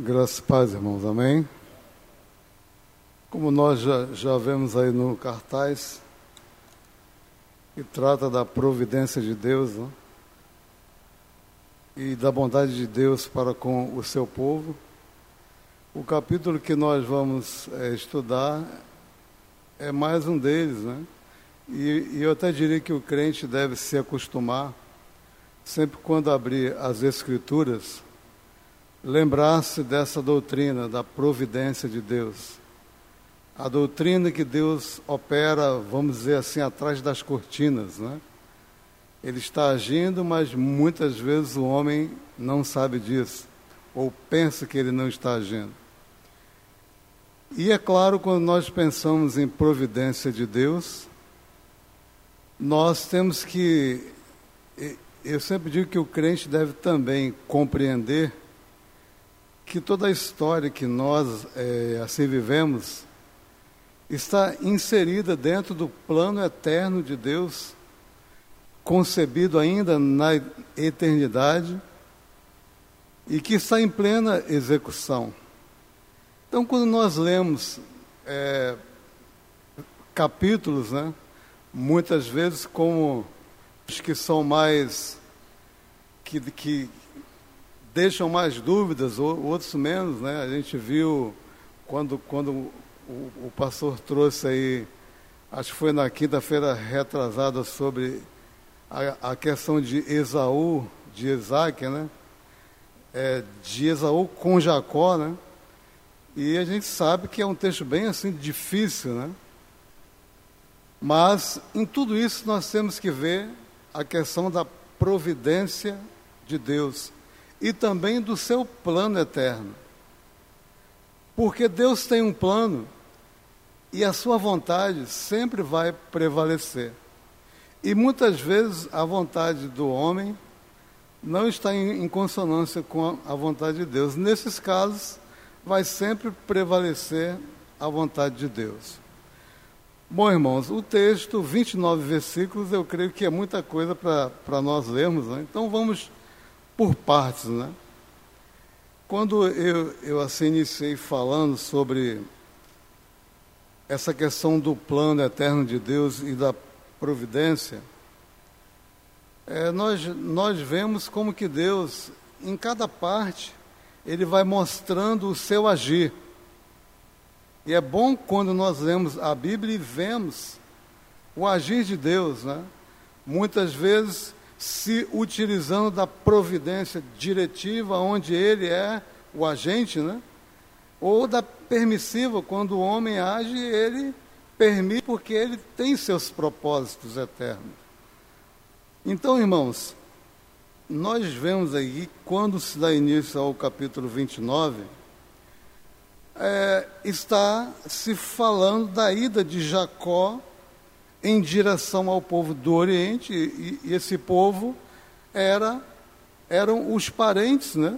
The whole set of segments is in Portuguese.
Graças e paz, irmãos, amém? Como nós já vemos aí no cartaz, que trata da providência de Deus, né? E da bondade de Deus para com o seu povo, o capítulo que nós vamos estudar é mais um deles, né? E eu até diria que o crente deve se acostumar, sempre quando abrir as Escrituras, lembrar-se dessa doutrina da providência de Deus. A doutrina que Deus opera, vamos dizer assim, atrás das cortinas, né? Ele está agindo, mas muitas vezes o homem não sabe disso, ou pensa que ele não está agindo. E é claro, quando nós pensamos em providência de Deus, nós temos que, eu sempre digo que o crente deve também compreender que toda a história que nós assim vivemos está inserida dentro do plano eterno de Deus, concebido ainda na eternidade e que está em plena execução. Então, quando nós lemos capítulos, né, muitas vezes como os que são mais, que deixam mais dúvidas, outros menos, né? A gente viu quando o pastor trouxe aí, acho que foi na quinta-feira retrasada, sobre a questão de Esaú, de Isaac, né? De Esaú com Jacó, né? E a gente sabe que é um texto bem assim difícil, né? Mas em tudo isso nós temos que ver a questão da providência de Deus e também do seu plano eterno. Porque Deus tem um plano e a sua vontade sempre vai prevalecer. E muitas vezes a vontade do homem não está em consonância com a vontade de Deus. Nesses casos, vai sempre prevalecer a vontade de Deus. Bom, irmãos, o texto, 29 versículos, eu creio que é muita coisa para nós lermos, né? Então vamos por partes, né? Quando eu assim iniciei falando sobre essa questão do plano eterno de Deus e da providência, nós vemos como que Deus, em cada parte, Ele vai mostrando o seu agir. E é bom quando nós lemos a Bíblia e vemos o agir de Deus, né? Muitas vezes se utilizando da providência diretiva, onde ele é o agente, né? Ou da permissiva, quando o homem age, ele permite porque ele tem seus propósitos eternos. Então, irmãos, nós vemos aí, quando se dá início ao capítulo 29, está se falando da ida de Jacó em direção ao povo do Oriente, e esse povo eram os parentes, né?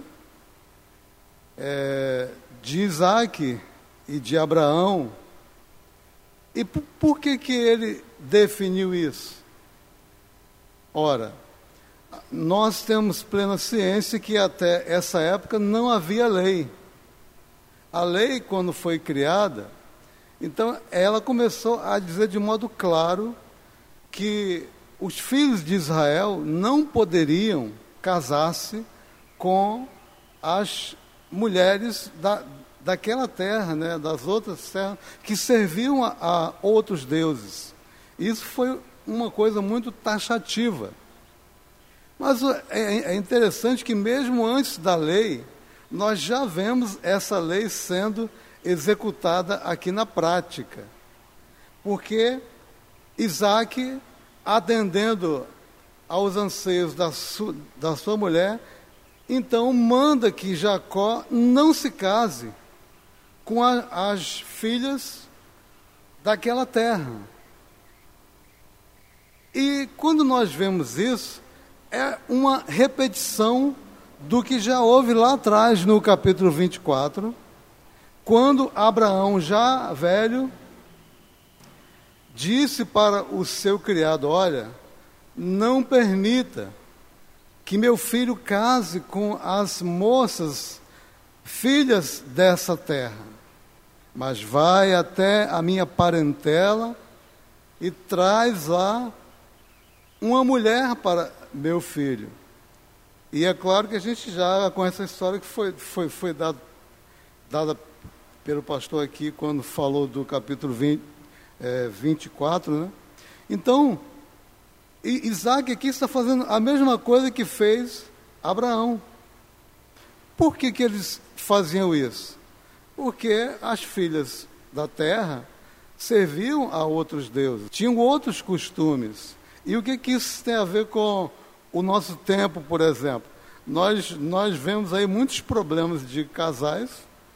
De Isaac e de Abraão. E por que ele definiu isso? Ora, nós temos plena ciência que até essa época não havia lei. A lei, quando foi criada, então ela começou a dizer de modo claro que os filhos de Israel não poderiam casar-se com as mulheres daquela terra, né, das outras terras, que serviam a outros deuses. Isso foi uma coisa muito taxativa. Mas é interessante que mesmo antes da lei, nós já vemos essa lei sendo executada aqui na prática. Porque Isaac, atendendo aos anseios da sua mulher, então manda que Jacó não se case com as filhas daquela terra. E quando nós vemos isso, é uma repetição do que já houve lá atrás no capítulo 24, quando Abraão, já velho, disse para o seu criado: olha, não permita que meu filho case com as moças filhas dessa terra, mas vai até a minha parentela e traz lá uma mulher para meu filho. E é claro que a gente já conhece a história que foi dada pelo pastor aqui quando falou do capítulo 24, né? Então, Isaac aqui está fazendo a mesma coisa que fez Abraão. Por que eles faziam isso? Porque as filhas da terra serviam a outros deuses, tinham outros costumes. E o que isso tem a ver com o nosso tempo, por exemplo? Nós vemos aí muitos problemas de casais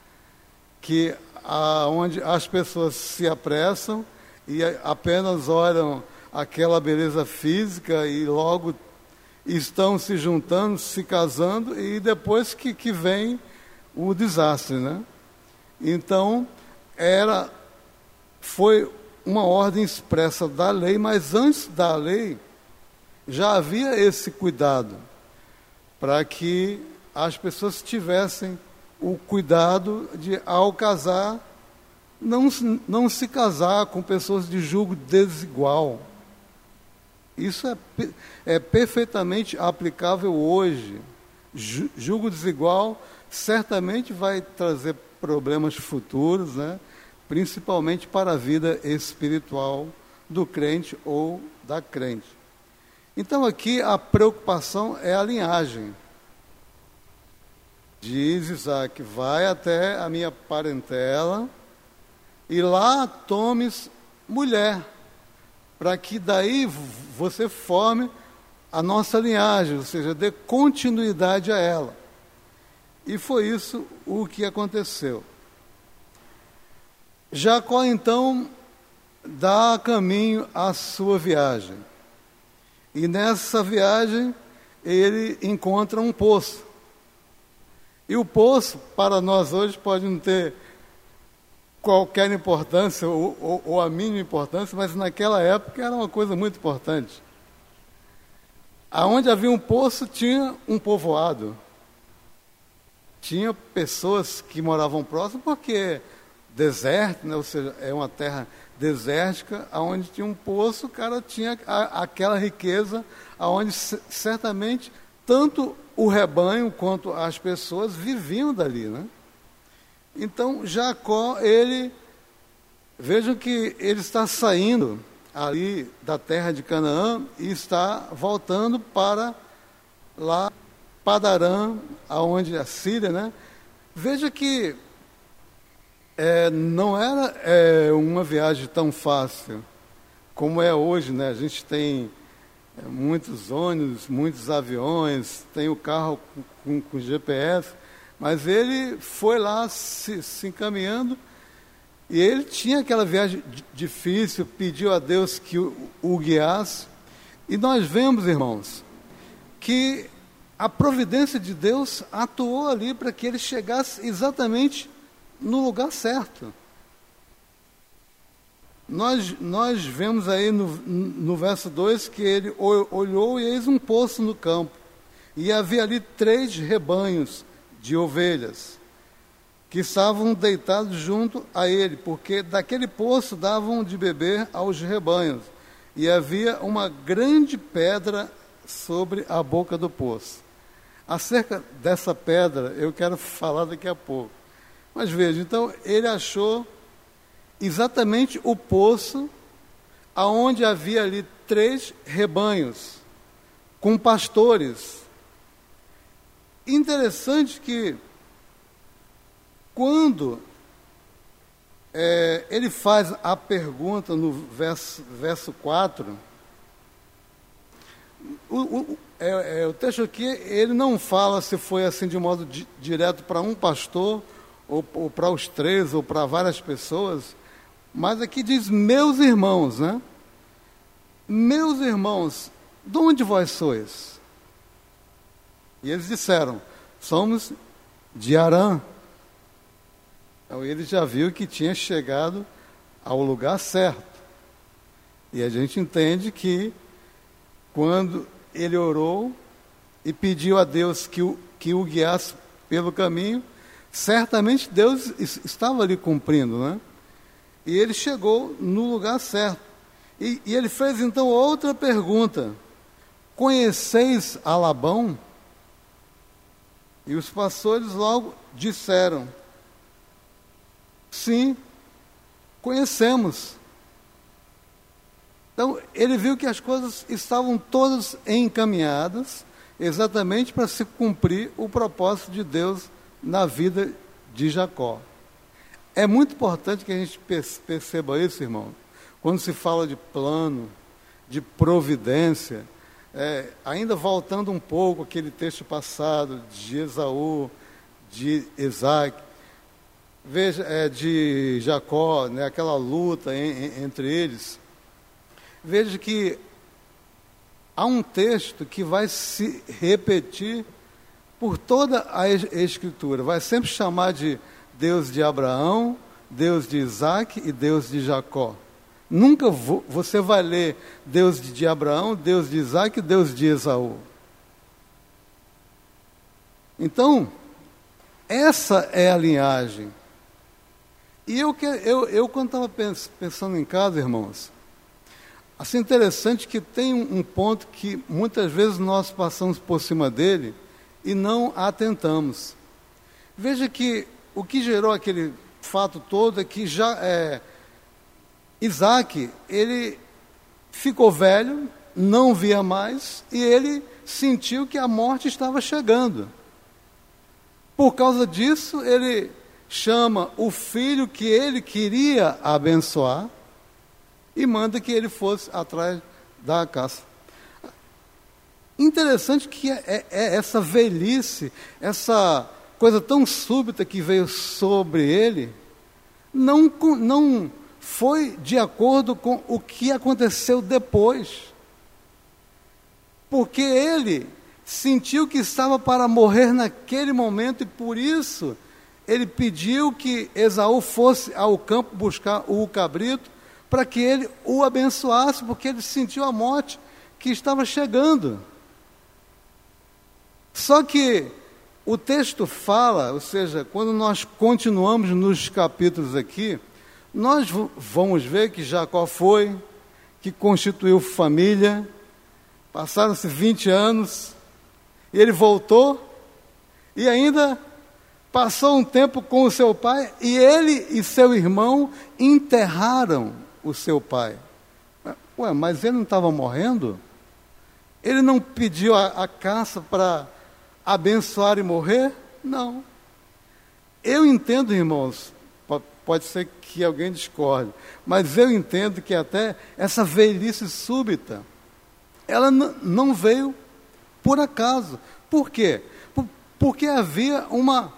onde as pessoas se apressam e apenas olham aquela beleza física e logo estão se juntando, se casando, e depois que vem o desastre, né? Então, foi uma ordem expressa da lei, mas antes da lei já havia esse cuidado para que as pessoas tivessem o cuidado de, ao casar, não se casar com pessoas de julgo desigual. Isso é perfeitamente aplicável hoje. Julgo desigual certamente vai trazer problemas futuros, né? Principalmente para a vida espiritual do crente ou da crente. Então aqui a preocupação é a linhagem. Diz Isaac, vai até a minha parentela e lá tomes mulher, para que daí você forme a nossa linhagem, ou seja, dê continuidade a ela. E foi isso o que aconteceu. Jacó, então, dá caminho à sua viagem. E nessa viagem, ele encontra um poço. E o poço, para nós hoje, pode não ter qualquer importância ou a mínima importância, mas naquela época era uma coisa muito importante. Aonde havia um poço, tinha um povoado. Tinha pessoas que moravam próximo, porque deserto, né? Ou seja, é uma terra desértica, onde tinha um poço, o cara tinha aquela riqueza, onde certamente tanto o rebanho quanto as pessoas viviam dali, né? Então, Jacó, vejam que ele está saindo ali da terra de Canaã e está voltando para lá, Padarã, aonde a Síria, né? Veja que não era uma viagem tão fácil como é hoje, né? A gente tem muitos ônibus, muitos aviões, tem o carro com GPS, mas ele foi lá se encaminhando e ele tinha aquela viagem difícil, pediu a Deus que o guiasse. E nós vemos, irmãos, que a providência de Deus atuou ali para que ele chegasse exatamente no lugar certo. Nós vemos aí no verso 2 que ele olhou e eis um poço no campo, e havia ali 3 rebanhos de ovelhas, que estavam deitados junto a ele, porque daquele poço davam de beber aos rebanhos, e havia uma grande pedra sobre a boca do poço. Acerca dessa pedra, eu quero falar daqui a pouco. Mas veja, então, ele achou exatamente o poço aonde havia ali 3 rebanhos, com pastores. Interessante que, quando ele faz a pergunta no verso 4, o texto aqui, ele não fala se foi assim de modo direto para um pastor, ou para os 3, ou para várias pessoas, mas aqui diz, meus irmãos, né? Meus irmãos, de onde vós sois? E eles disseram, somos de Harã. Então ele já viu que tinha chegado ao lugar certo. E a gente entende que quando ele orou e pediu a Deus que o guiasse pelo caminho, Certamente Deus estava ali cumprindo, né? E ele chegou no lugar certo. E ele fez então outra pergunta: conheceis a Labão? E os pastores logo disseram: sim, conhecemos. Então, ele viu que as coisas estavam todas encaminhadas exatamente para se cumprir o propósito de Deus na vida de Jacó. É muito importante que a gente perceba isso, irmão. Quando se fala de plano, de providência, ainda voltando um pouco àquele texto passado de Esaú, de Isaac, veja, de Jacó, né, aquela luta entre eles. Veja que há um texto que vai se repetir por toda a Escritura. Vai sempre chamar de Deus de Abraão, Deus de Isaac e Deus de Jacó. Nunca você vai ler Deus de Abraão, Deus de Isaac e Deus de Esaú. Então, essa é a linhagem. E eu quando estava pensando em casa, irmãos, assim, interessante que tem um ponto que muitas vezes nós passamos por cima dele e não atentamos. Veja que o que gerou aquele fato todo é que Isaac, ele ficou velho, não via mais, e ele sentiu que a morte estava chegando. Por causa disso, ele chama o filho que ele queria abençoar e manda que ele fosse atrás da caça. Interessante que é essa velhice, essa coisa tão súbita que veio sobre ele, não foi de acordo com o que aconteceu depois. Porque ele sentiu que estava para morrer naquele momento e por isso ele pediu que Esaú fosse ao campo buscar o cabrito para que ele o abençoasse, porque ele sentiu a morte que estava chegando. Só que o texto fala, ou seja, quando nós continuamos nos capítulos aqui, nós vamos ver que Jacó foi, que constituiu família, passaram-se 20 anos, e ele voltou, e ainda passou um tempo com o seu pai, e ele e seu irmão enterraram o seu pai. Ué, mas ele não estava morrendo? Ele não pediu a caça para abençoar e morrer? Não. Eu entendo, irmãos, pode ser que alguém discorde, mas eu entendo que até essa velhice súbita, ela não veio por acaso. Por quê? Porque havia uma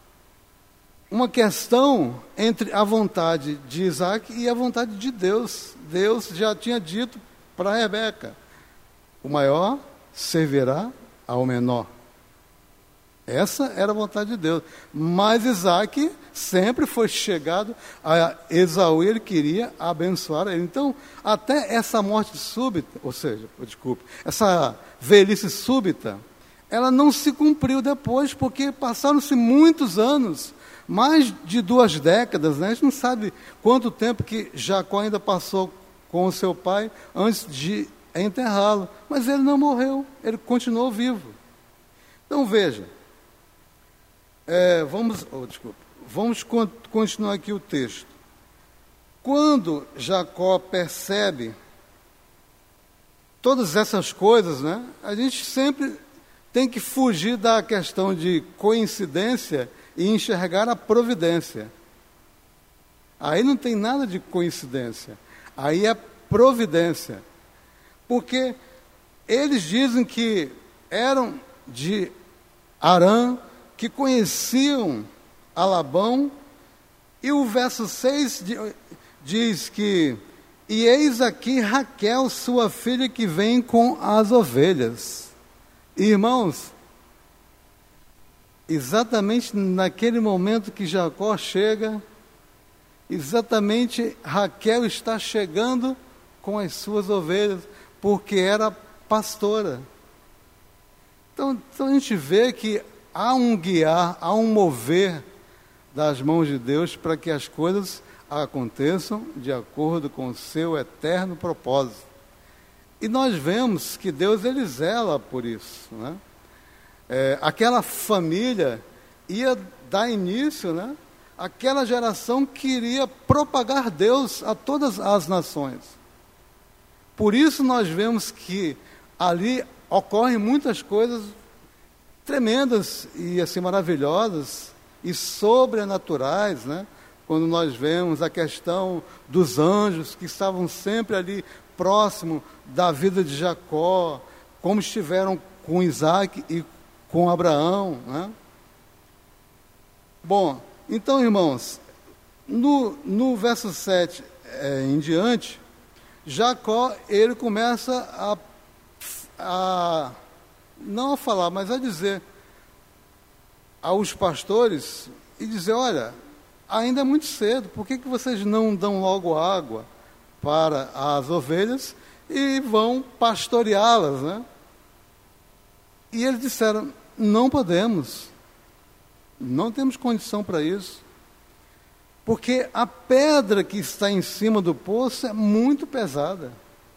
questão entre a vontade de Isaac e a vontade de Deus. Deus já tinha dito para Rebeca: o maior servirá ao menor. Essa era a vontade de Deus. Mas Isaac sempre foi chegado a Esaú e ele queria abençoar ele. Então, até essa morte súbita, ou seja, desculpe, essa velhice súbita, ela não se cumpriu depois, porque passaram-se muitos anos, mais de 2 décadas, né? A gente não sabe quanto tempo que Jacó ainda passou com o seu pai antes de enterrá-lo, mas ele não morreu, ele continuou vivo. Então veja, vamos continuar aqui o texto. Quando Jacó percebe todas essas coisas, né, a gente sempre tem que fugir da questão de coincidência e enxergar a providência. Aí não tem nada de coincidência, aí é providência. Porque eles dizem que eram de Harã, que conheciam a Labão, e o verso 6 diz que: e eis aqui Raquel, sua filha, que vem com as ovelhas. Irmãos, exatamente naquele momento que Jacó chega, exatamente Raquel está chegando com as suas ovelhas, porque era pastora. Então a gente vê que há um guiar, há um mover das mãos de Deus para que as coisas aconteçam de acordo com o seu eterno propósito. E nós vemos que Deus, ele zela por isso, né? Aquela família ia dar início, né? Aquela geração queria propagar Deus a todas as nações. Por isso nós vemos que ali ocorrem muitas coisas tremendas e assim maravilhosas e sobrenaturais, né? Quando nós vemos a questão dos anjos que estavam sempre ali próximo da vida de Jacó, como estiveram com Isaac e com Abraão, né? Bom, então, irmãos, no verso 7 em diante, Jacó, ele começa não a falar, mas a dizer aos pastores, e dizer, olha, ainda é muito cedo, por que vocês não dão logo água para as ovelhas e vão pastoreá-las, né? E eles disseram, não podemos, não temos condição para isso, porque a pedra que está em cima do poço é muito pesada.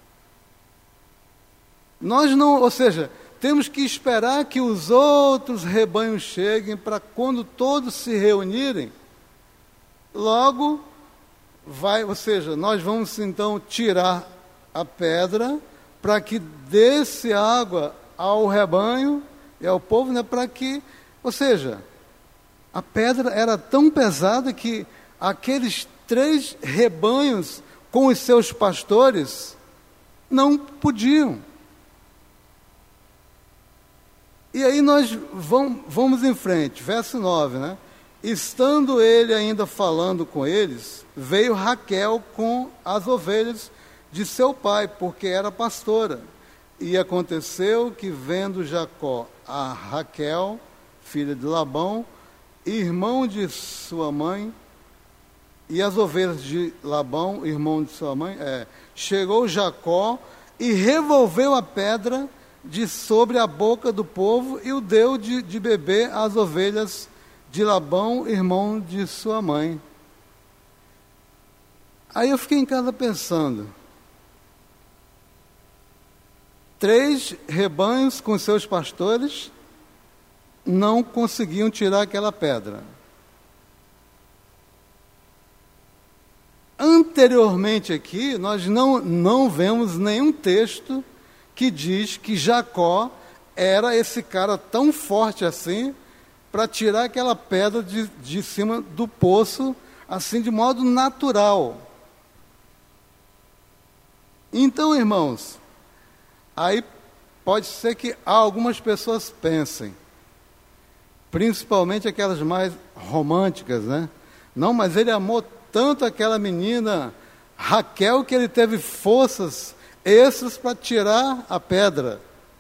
Nós não, ou seja, temos que esperar que os outros rebanhos cheguem para quando todos se reunirem, logo vai, ou seja, nós vamos então tirar a pedra para que desse água ao rebanho e ao povo, né, para que, ou seja, a pedra era tão pesada que aqueles 3 rebanhos com os seus pastores não podiam. E aí nós vamos em frente, verso 9, né? Estando ele ainda falando com eles, veio Raquel com as ovelhas de seu pai, porque era pastora. E aconteceu que, vendo Jacó a Raquel, filha de Labão, irmão de sua mãe, e as ovelhas de Labão, irmão de sua mãe, chegou Jacó e revolveu a pedra de sobre a boca do povo e o deu de beber às ovelhas de Labão, irmão de sua mãe. Aí eu fiquei em casa pensando, 3 rebanhos com seus pastores não conseguiam tirar aquela pedra. Anteriormente aqui, nós não vemos nenhum texto que diz que Jacó era esse cara tão forte assim para tirar aquela pedra de cima do poço, assim de modo natural. Então, irmãos, aí pode ser que algumas pessoas pensem, principalmente aquelas mais românticas, né? Não, mas ele amou tanto aquela menina Raquel que ele teve forças extras para tirar a pedra.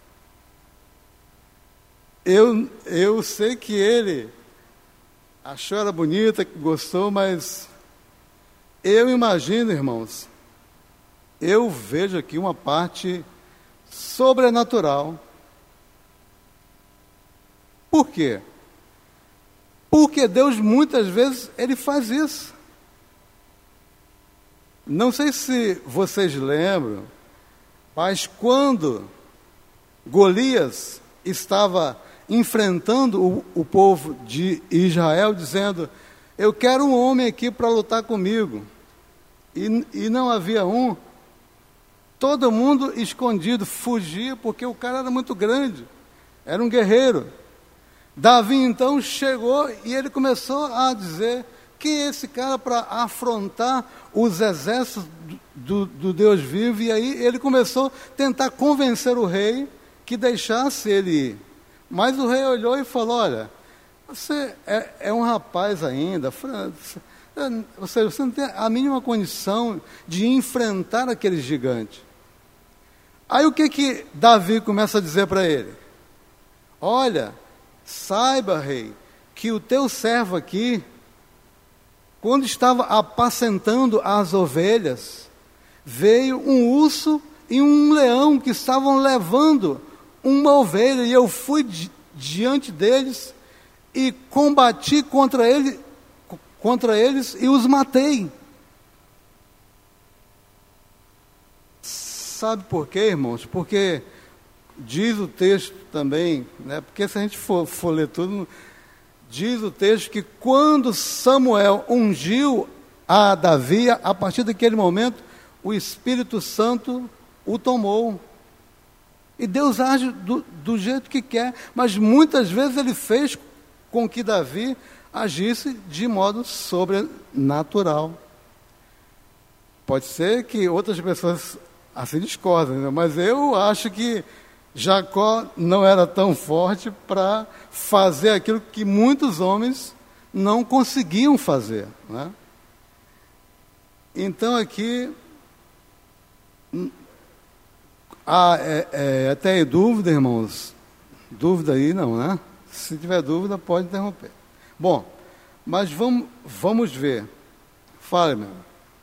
Eu sei que ele achou ela bonita, gostou, mas eu imagino, irmãos, eu vejo aqui uma parte sobrenatural. Por quê? Porque Deus muitas vezes ele faz isso. Não sei se vocês lembram, mas quando Golias estava enfrentando o povo de Israel, dizendo, eu quero um homem aqui para lutar comigo, e não havia um, todo mundo escondido, fugia, porque o cara era muito grande, era um guerreiro. Davi então chegou e ele começou a dizer, quem é esse cara para afrontar os exércitos do Deus vivo? E aí ele começou a tentar convencer o rei que deixasse ele ir. Mas o rei olhou e falou, olha, você é um rapaz ainda, ou seja, você não tem a mínima condição de enfrentar aquele gigante. Aí o que Davi começa a dizer para ele? Olha, saiba, rei, que o teu servo aqui, quando estava apacentando as ovelhas, veio um urso e um leão que estavam levando uma ovelha, e eu fui diante deles e combati contra contra eles e os matei. Sabe por quê, irmãos? Porque diz o texto também, né? Porque se a gente for ler tudo, diz o texto que quando Samuel ungiu a Davi, a partir daquele momento, o Espírito Santo o tomou. E Deus age do jeito que quer, mas muitas vezes ele fez com que Davi agisse de modo sobrenatural. Pode ser que outras pessoas assim discordem, né? Mas eu acho que Jacó não era tão forte para fazer aquilo que muitos homens não conseguiam fazer, né? Então aqui até aí dúvida, irmãos? Dúvida aí não, né? Se tiver dúvida pode interromper. Bom, mas vamos ver. Fale, meu.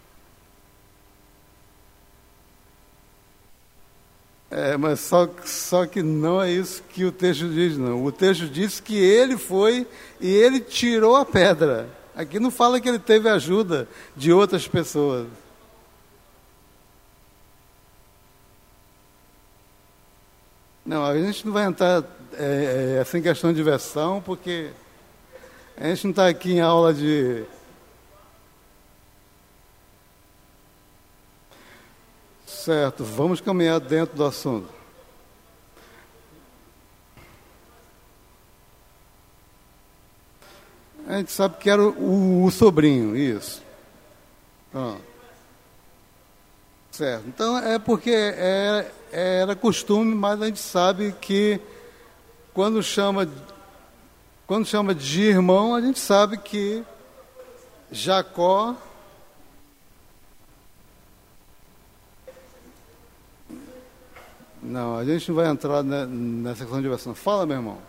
Mas só que não é isso que o texto diz, não. O texto diz que ele foi e ele tirou a pedra. Aqui não fala que ele teve ajuda de outras pessoas. Não, a gente não vai entrar assim em questão de versão, porque a gente não está aqui em aula de... Certo, vamos caminhar dentro do assunto. A gente sabe que era o sobrinho, isso. Pronto. Certo, então é porque era costume, mas a gente sabe que quando chama de irmão, a gente sabe que Jacó... Não, a gente não vai entrar nessa questão de versão. Fala, meu irmão.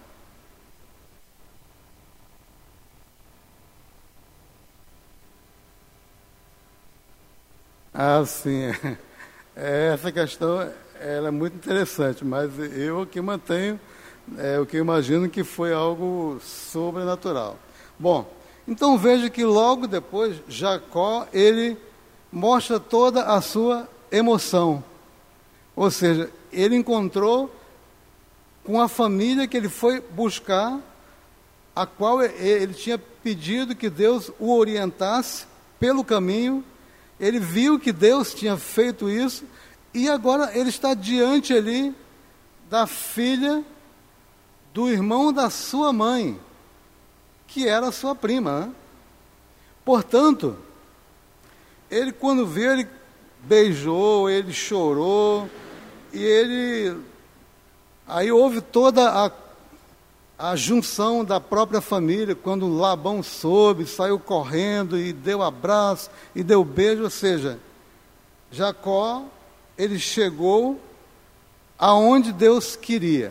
Ah, sim. Essa questão ela é muito interessante, mas eu que mantenho, o que eu imagino que foi algo sobrenatural. Bom, então veja que logo depois, Jacó, ele mostra toda a sua emoção. Ou seja, ele encontrou com a família que ele foi buscar, a qual ele tinha pedido que Deus o orientasse pelo caminho. Ele viu que Deus tinha feito isso e agora ele está diante ali da filha do irmão da sua mãe, que era a sua prima, né? Portanto, ele quando viu, ele beijou, ele chorou, e aí houve toda a junção da própria família, quando Labão soube, saiu correndo e deu abraço e deu beijo, ou seja, Jacó, ele chegou aonde Deus queria.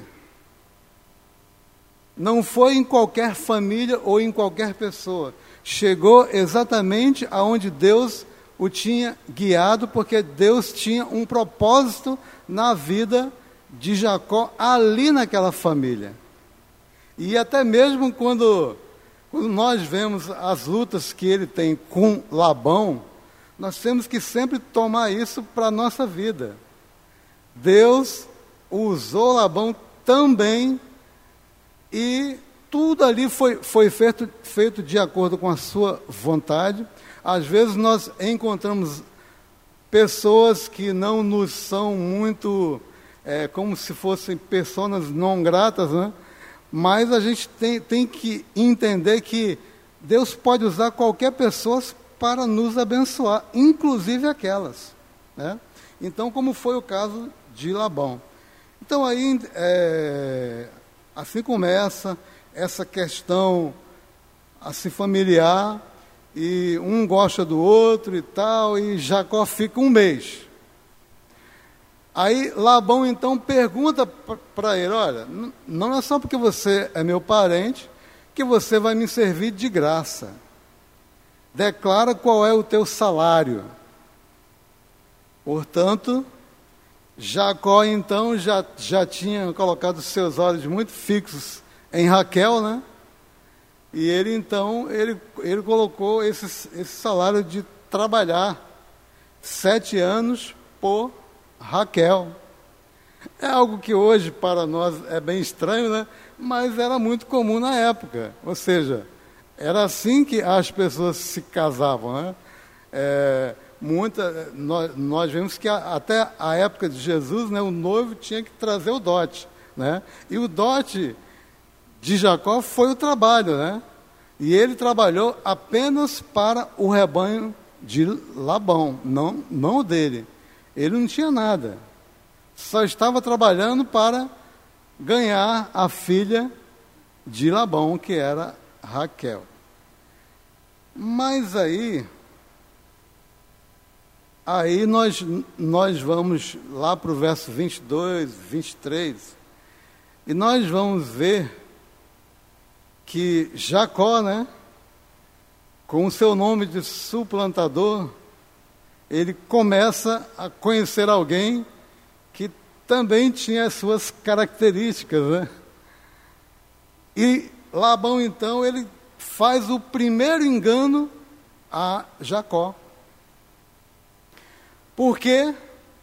Não foi em qualquer família ou em qualquer pessoa, chegou exatamente aonde Deus o tinha guiado, porque Deus tinha um propósito na vida de Jacó ali naquela família. E até mesmo quando nós vemos as lutas que ele tem com Labão, nós temos que sempre tomar isso para a nossa vida. Deus usou Labão também e tudo ali foi feito de acordo com a sua vontade. Às vezes nós encontramos pessoas que não nos são muito, como se fossem pessoas não gratas, né? Mas a gente tem que entender que Deus pode usar qualquer pessoa para nos abençoar, inclusive aquelas, né? Então, como foi o caso de Labão. Então, aí, assim começa essa questão assim familiar, e um gosta do outro e tal, e Jacó fica um mês. Aí Labão então pergunta para ele, olha, não é só porque você é meu parente que você vai me servir de graça. Declara qual é o teu salário. Portanto, Jacó então já tinha colocado seus olhos muito fixos em Raquel, né? E ele, então, ele colocou esse salário de trabalhar 7 anos por Raquel. É algo que hoje, para nós, é bem estranho, né? Mas era muito comum na época. Ou seja, era assim que as pessoas se casavam, né? Nós vemos que até a época de Jesus, né, o noivo tinha que trazer o dote, né? E o dote de Jacó foi o trabalho, né? E ele trabalhou apenas para o rebanho de Labão, não o dele. Ele não tinha nada. Só estava trabalhando para ganhar a filha de Labão, que era Raquel. Mas aí nós vamos lá para o verso 22, 23, e nós vamos ver que Jacó, né, com o seu nome de suplantador, ele começa a conhecer alguém que também tinha as suas características, né? E Labão, então, ele faz o primeiro engano a Jacó. Porque,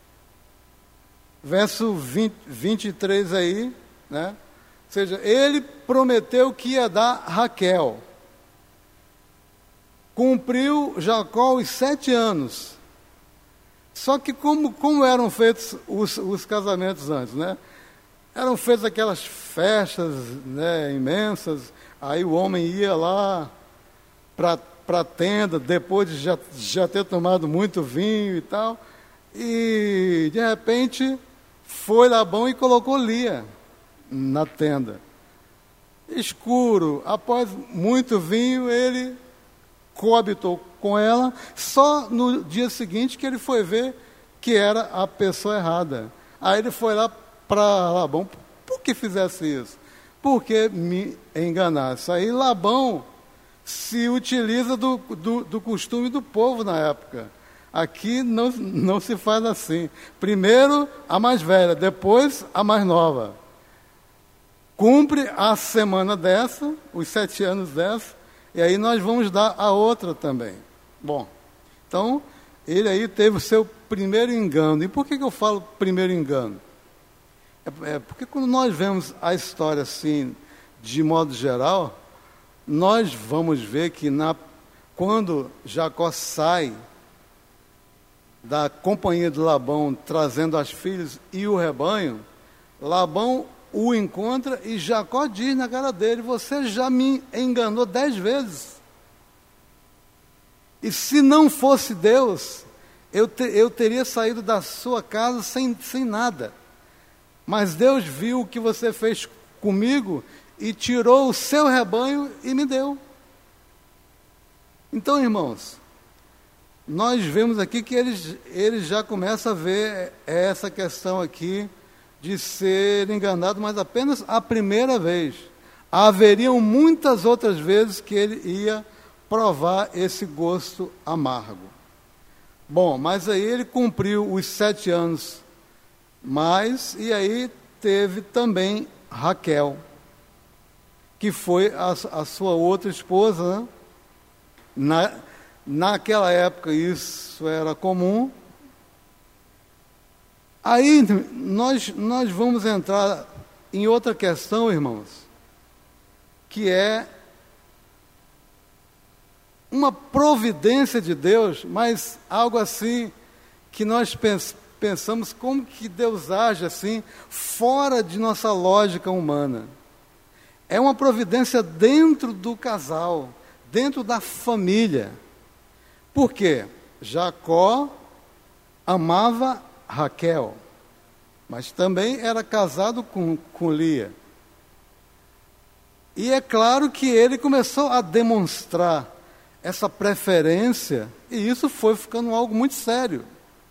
verso 23 aí, né? Ou seja, ele prometeu que ia dar Raquel. Cumpriu Jacó os 7 anos. Só que como eram feitos os casamentos antes, né? Eram feitas aquelas festas, né, imensas. Aí o homem ia lá para a tenda, depois de já ter tomado muito vinho e tal. E, de repente, foi Labão e colocou Lia na tenda. Escuro, após muito vinho, ele coabitou com ela, só no dia seguinte que ele foi ver que era a pessoa errada. Aí ele foi lá para Labão, por que fizesse isso? Porque me enganasse. Aí Labão se utiliza do costume do povo na época. Aqui não se faz assim. Primeiro a mais velha, depois a mais nova. Cumpre a semana dessa, os 7 anos dessa, e aí nós vamos dar a outra também. Bom, então, ele aí teve o seu primeiro engano. E por que eu falo primeiro engano? Porque quando nós vemos a história assim, de modo geral, nós vamos ver que quando Jacó sai da companhia de Labão, trazendo as filhas e o rebanho, Labão o encontra e Jacó diz na cara dele: você já me enganou 10 vezes. E se não fosse Deus, eu teria saído da sua casa sem nada. Mas Deus viu o que você fez comigo e tirou o seu rebanho e me deu. Então, irmãos, nós vemos aqui que eles já começam a ver essa questão aqui de ser enganado, mas apenas a primeira vez. Haveriam muitas outras vezes que ele ia provar esse gosto amargo. Bom, mas aí ele cumpriu os 7 anos mais, e aí teve também Raquel, que foi a sua outra esposa, né? Naquela época isso era comum. Aí nós vamos entrar em outra questão, irmãos, que é uma providência de Deus, mas algo assim que nós pensamos como que Deus age assim, fora de nossa lógica humana. É uma providência dentro do casal, dentro da família. Por quê? Jacó amava Raquel, mas também era casado com Lia. E é claro que ele começou a demonstrar essa preferência, e isso foi ficando algo muito sério.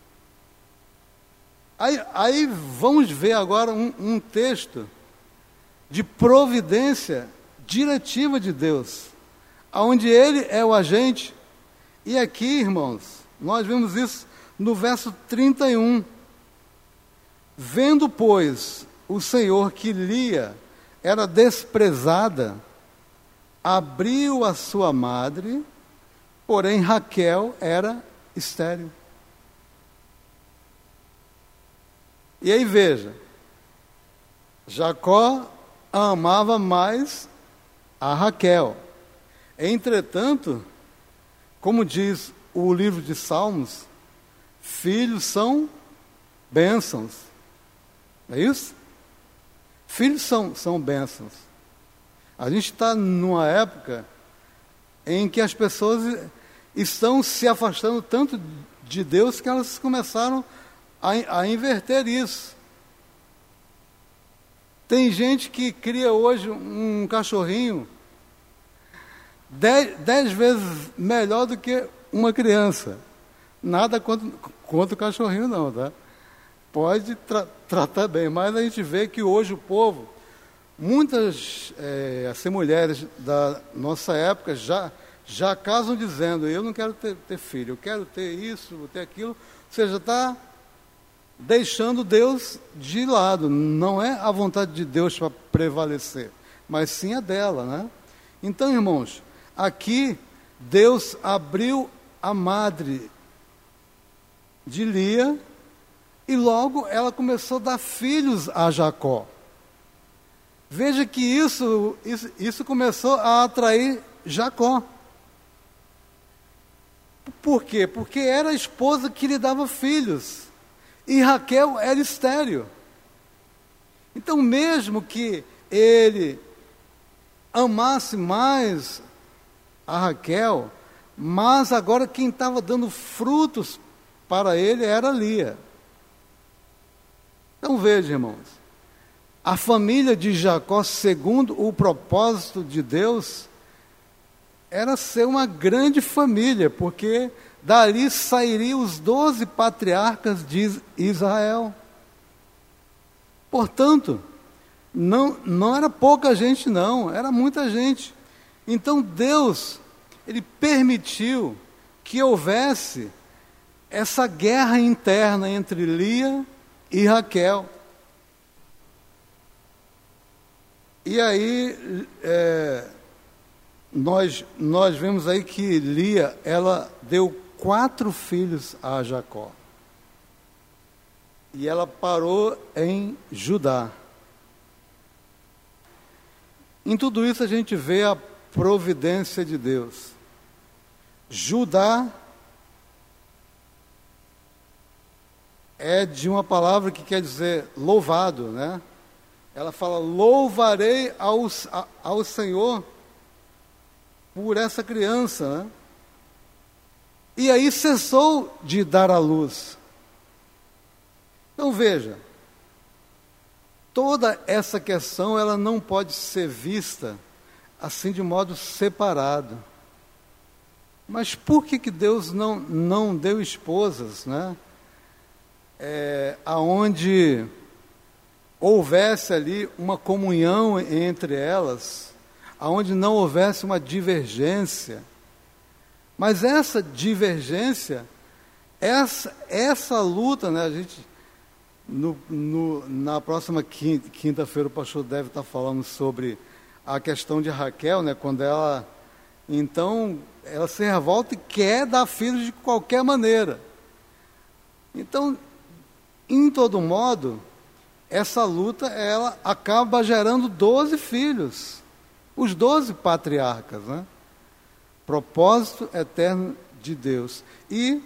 Aí vamos ver agora um texto de providência diretiva de Deus, onde ele é o agente. E aqui, irmãos, nós vemos isso no verso 31. Vendo, pois, o Senhor que Lia era desprezada, abriu a sua madre, porém Raquel era estéril. E aí veja, Jacó amava mais a Raquel. Entretanto, como diz o livro de Salmos, filhos são bênçãos. Não é isso? Filhos são bênçãos. A gente está numa época em que as pessoas estão se afastando tanto de Deus que elas começaram a inverter isso. Tem gente que cria hoje um cachorrinho 10 vezes melhor do que uma criança. Nada contra o cachorrinho não, tá? Pode tratar bem, mas a gente vê que hoje o povo, muitas assim, mulheres da nossa época já casam dizendo, eu não quero ter filho, eu quero ter isso, vou ter aquilo. Ou seja, está deixando Deus de lado. Não é a vontade de Deus para prevalecer, mas sim a dela, né? Então, irmãos, aqui Deus abriu a madre de Lia e logo ela começou a dar filhos a Jacó. Veja que isso começou a atrair Jacó. Por quê? Porque era a esposa que lhe dava filhos. E Raquel era estéril. Então, mesmo que ele amasse mais a Raquel, mas agora quem estava dando frutos para ele era Lia. Então, veja, irmãos, a família de Jacó, segundo o propósito de Deus, era ser uma grande família, porque dali sairiam os 12 patriarcas de Israel. Portanto, não era pouca gente não, era muita gente. Então Deus, Ele permitiu que houvesse essa guerra interna entre Lia e Raquel. E aí, nós vemos aí que Lia, ela deu 4 filhos a Jacó. E ela parou em Judá. Em tudo isso a gente vê a providência de Deus. Judá é de uma palavra que quer dizer louvado, né? Ela fala, louvarei ao Senhor por essa criança, né? E aí cessou de dar à luz. Então veja, toda essa questão ela não pode ser vista assim de modo separado. Mas por que Deus não deu esposas, né? Aonde houvesse ali uma comunhão entre elas, aonde não houvesse uma divergência. Mas essa divergência, essa luta, né, a gente, na próxima quinta-feira o pastor deve estar falando sobre a questão de Raquel, né, quando ela se revolta e quer dar filhos de qualquer maneira. Então, em todo modo, essa luta, ela acaba gerando 12 filhos, os 12 patriarcas, né? Propósito eterno de Deus. E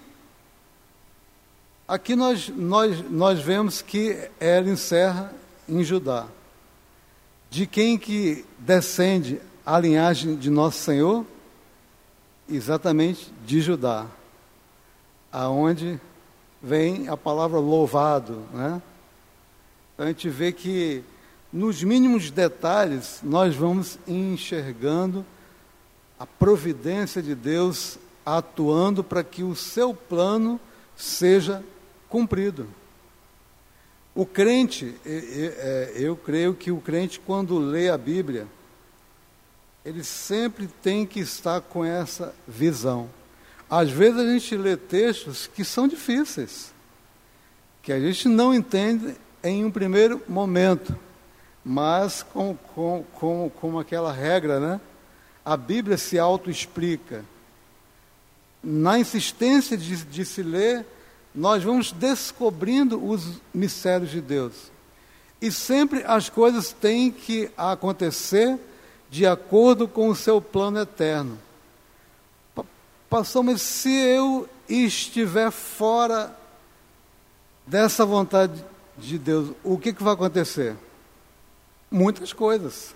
aqui nós vemos que ela encerra em Judá. De quem que descende a linhagem de Nosso Senhor? Exatamente de Judá, aonde vem a palavra louvado, né? A gente vê que nos mínimos detalhes nós vamos enxergando a providência de Deus atuando para que o seu plano seja cumprido. O crente, eu creio que o crente, quando lê a Bíblia, ele sempre tem que estar com essa visão. Às vezes a gente lê textos que são difíceis, que a gente não entende em um primeiro momento, mas como aquela regra, né? A Bíblia se autoexplica. Na insistência de se ler, nós vamos descobrindo os mistérios de Deus. E sempre as coisas têm que acontecer de acordo com o seu plano eterno. Pastor, mas se eu estiver fora dessa vontade de Deus, o que vai acontecer? Muitas coisas.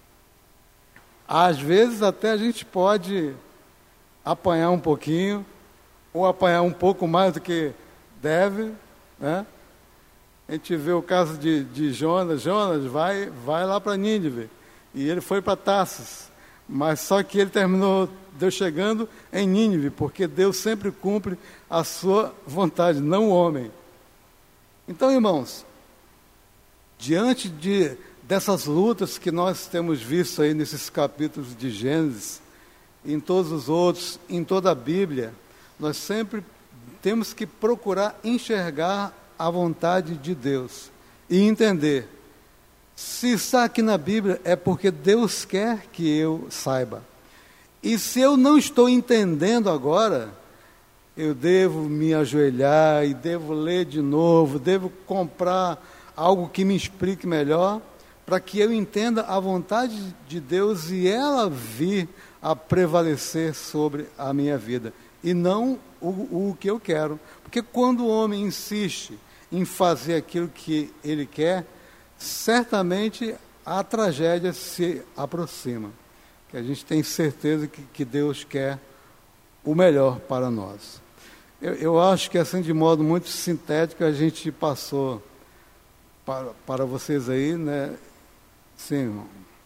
Às vezes até a gente pode apanhar um pouquinho, ou apanhar um pouco mais do que deve, né? A gente vê o caso de Jonas. Jonas vai lá para Nínive, e ele foi para Tarsis, mas só que ele terminou, Deus chegando em Nínive, porque Deus sempre cumpre a sua vontade, não o homem. Então, irmãos, diante dessas lutas que nós temos visto aí nesses capítulos de Gênesis, em todos os outros, em toda a Bíblia, nós sempre temos que procurar enxergar a vontade de Deus e entender, se está aqui na Bíblia é porque Deus quer que eu saiba. E se eu não estou entendendo agora, eu devo me ajoelhar e devo ler de novo, devo comprar algo que me explique melhor, para que eu entenda a vontade de Deus e ela vir a prevalecer sobre a minha vida, e não o que eu quero. Porque quando o homem insiste em fazer aquilo que ele quer, certamente a tragédia se aproxima. Que a gente tem certeza que Deus quer o melhor para nós. Eu acho que assim, de modo muito sintético, a gente passou para vocês aí, né? Sim, irmão.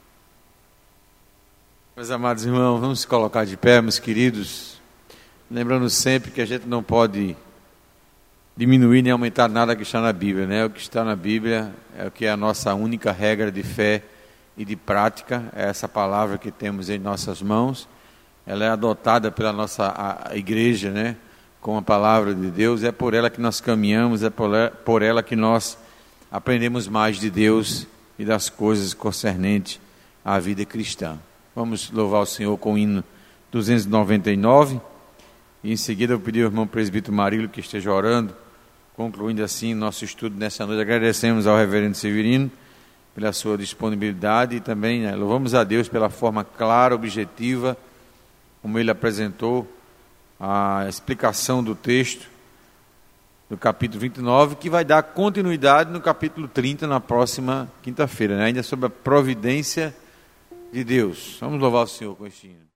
Meus amados irmãos, vamos se colocar de pé, meus queridos, lembrando sempre que a gente não pode diminuir nem aumentar nada que está na Bíblia, né? O que está na Bíblia é o que é a nossa única regra de fé e de prática, é essa palavra que temos em nossas mãos. Ela é adotada pela nossa a igreja, né? Com a palavra de Deus, é por ela que nós caminhamos, é por ela que nós aprendemos mais de Deus e das coisas concernentes à vida cristã. Vamos louvar o Senhor com o hino 299, e em seguida eu pedi ao irmão presbítero Marílio que esteja orando, concluindo assim nosso estudo nessa noite. Agradecemos ao reverendo Severino pela sua disponibilidade e também, né, louvamos a Deus pela forma clara, objetiva, como ele apresentou a explicação do texto do capítulo 29, que vai dar continuidade no capítulo 30 na próxima quinta-feira, né? Ainda sobre a providência de Deus. Vamos louvar o Senhor com este hino.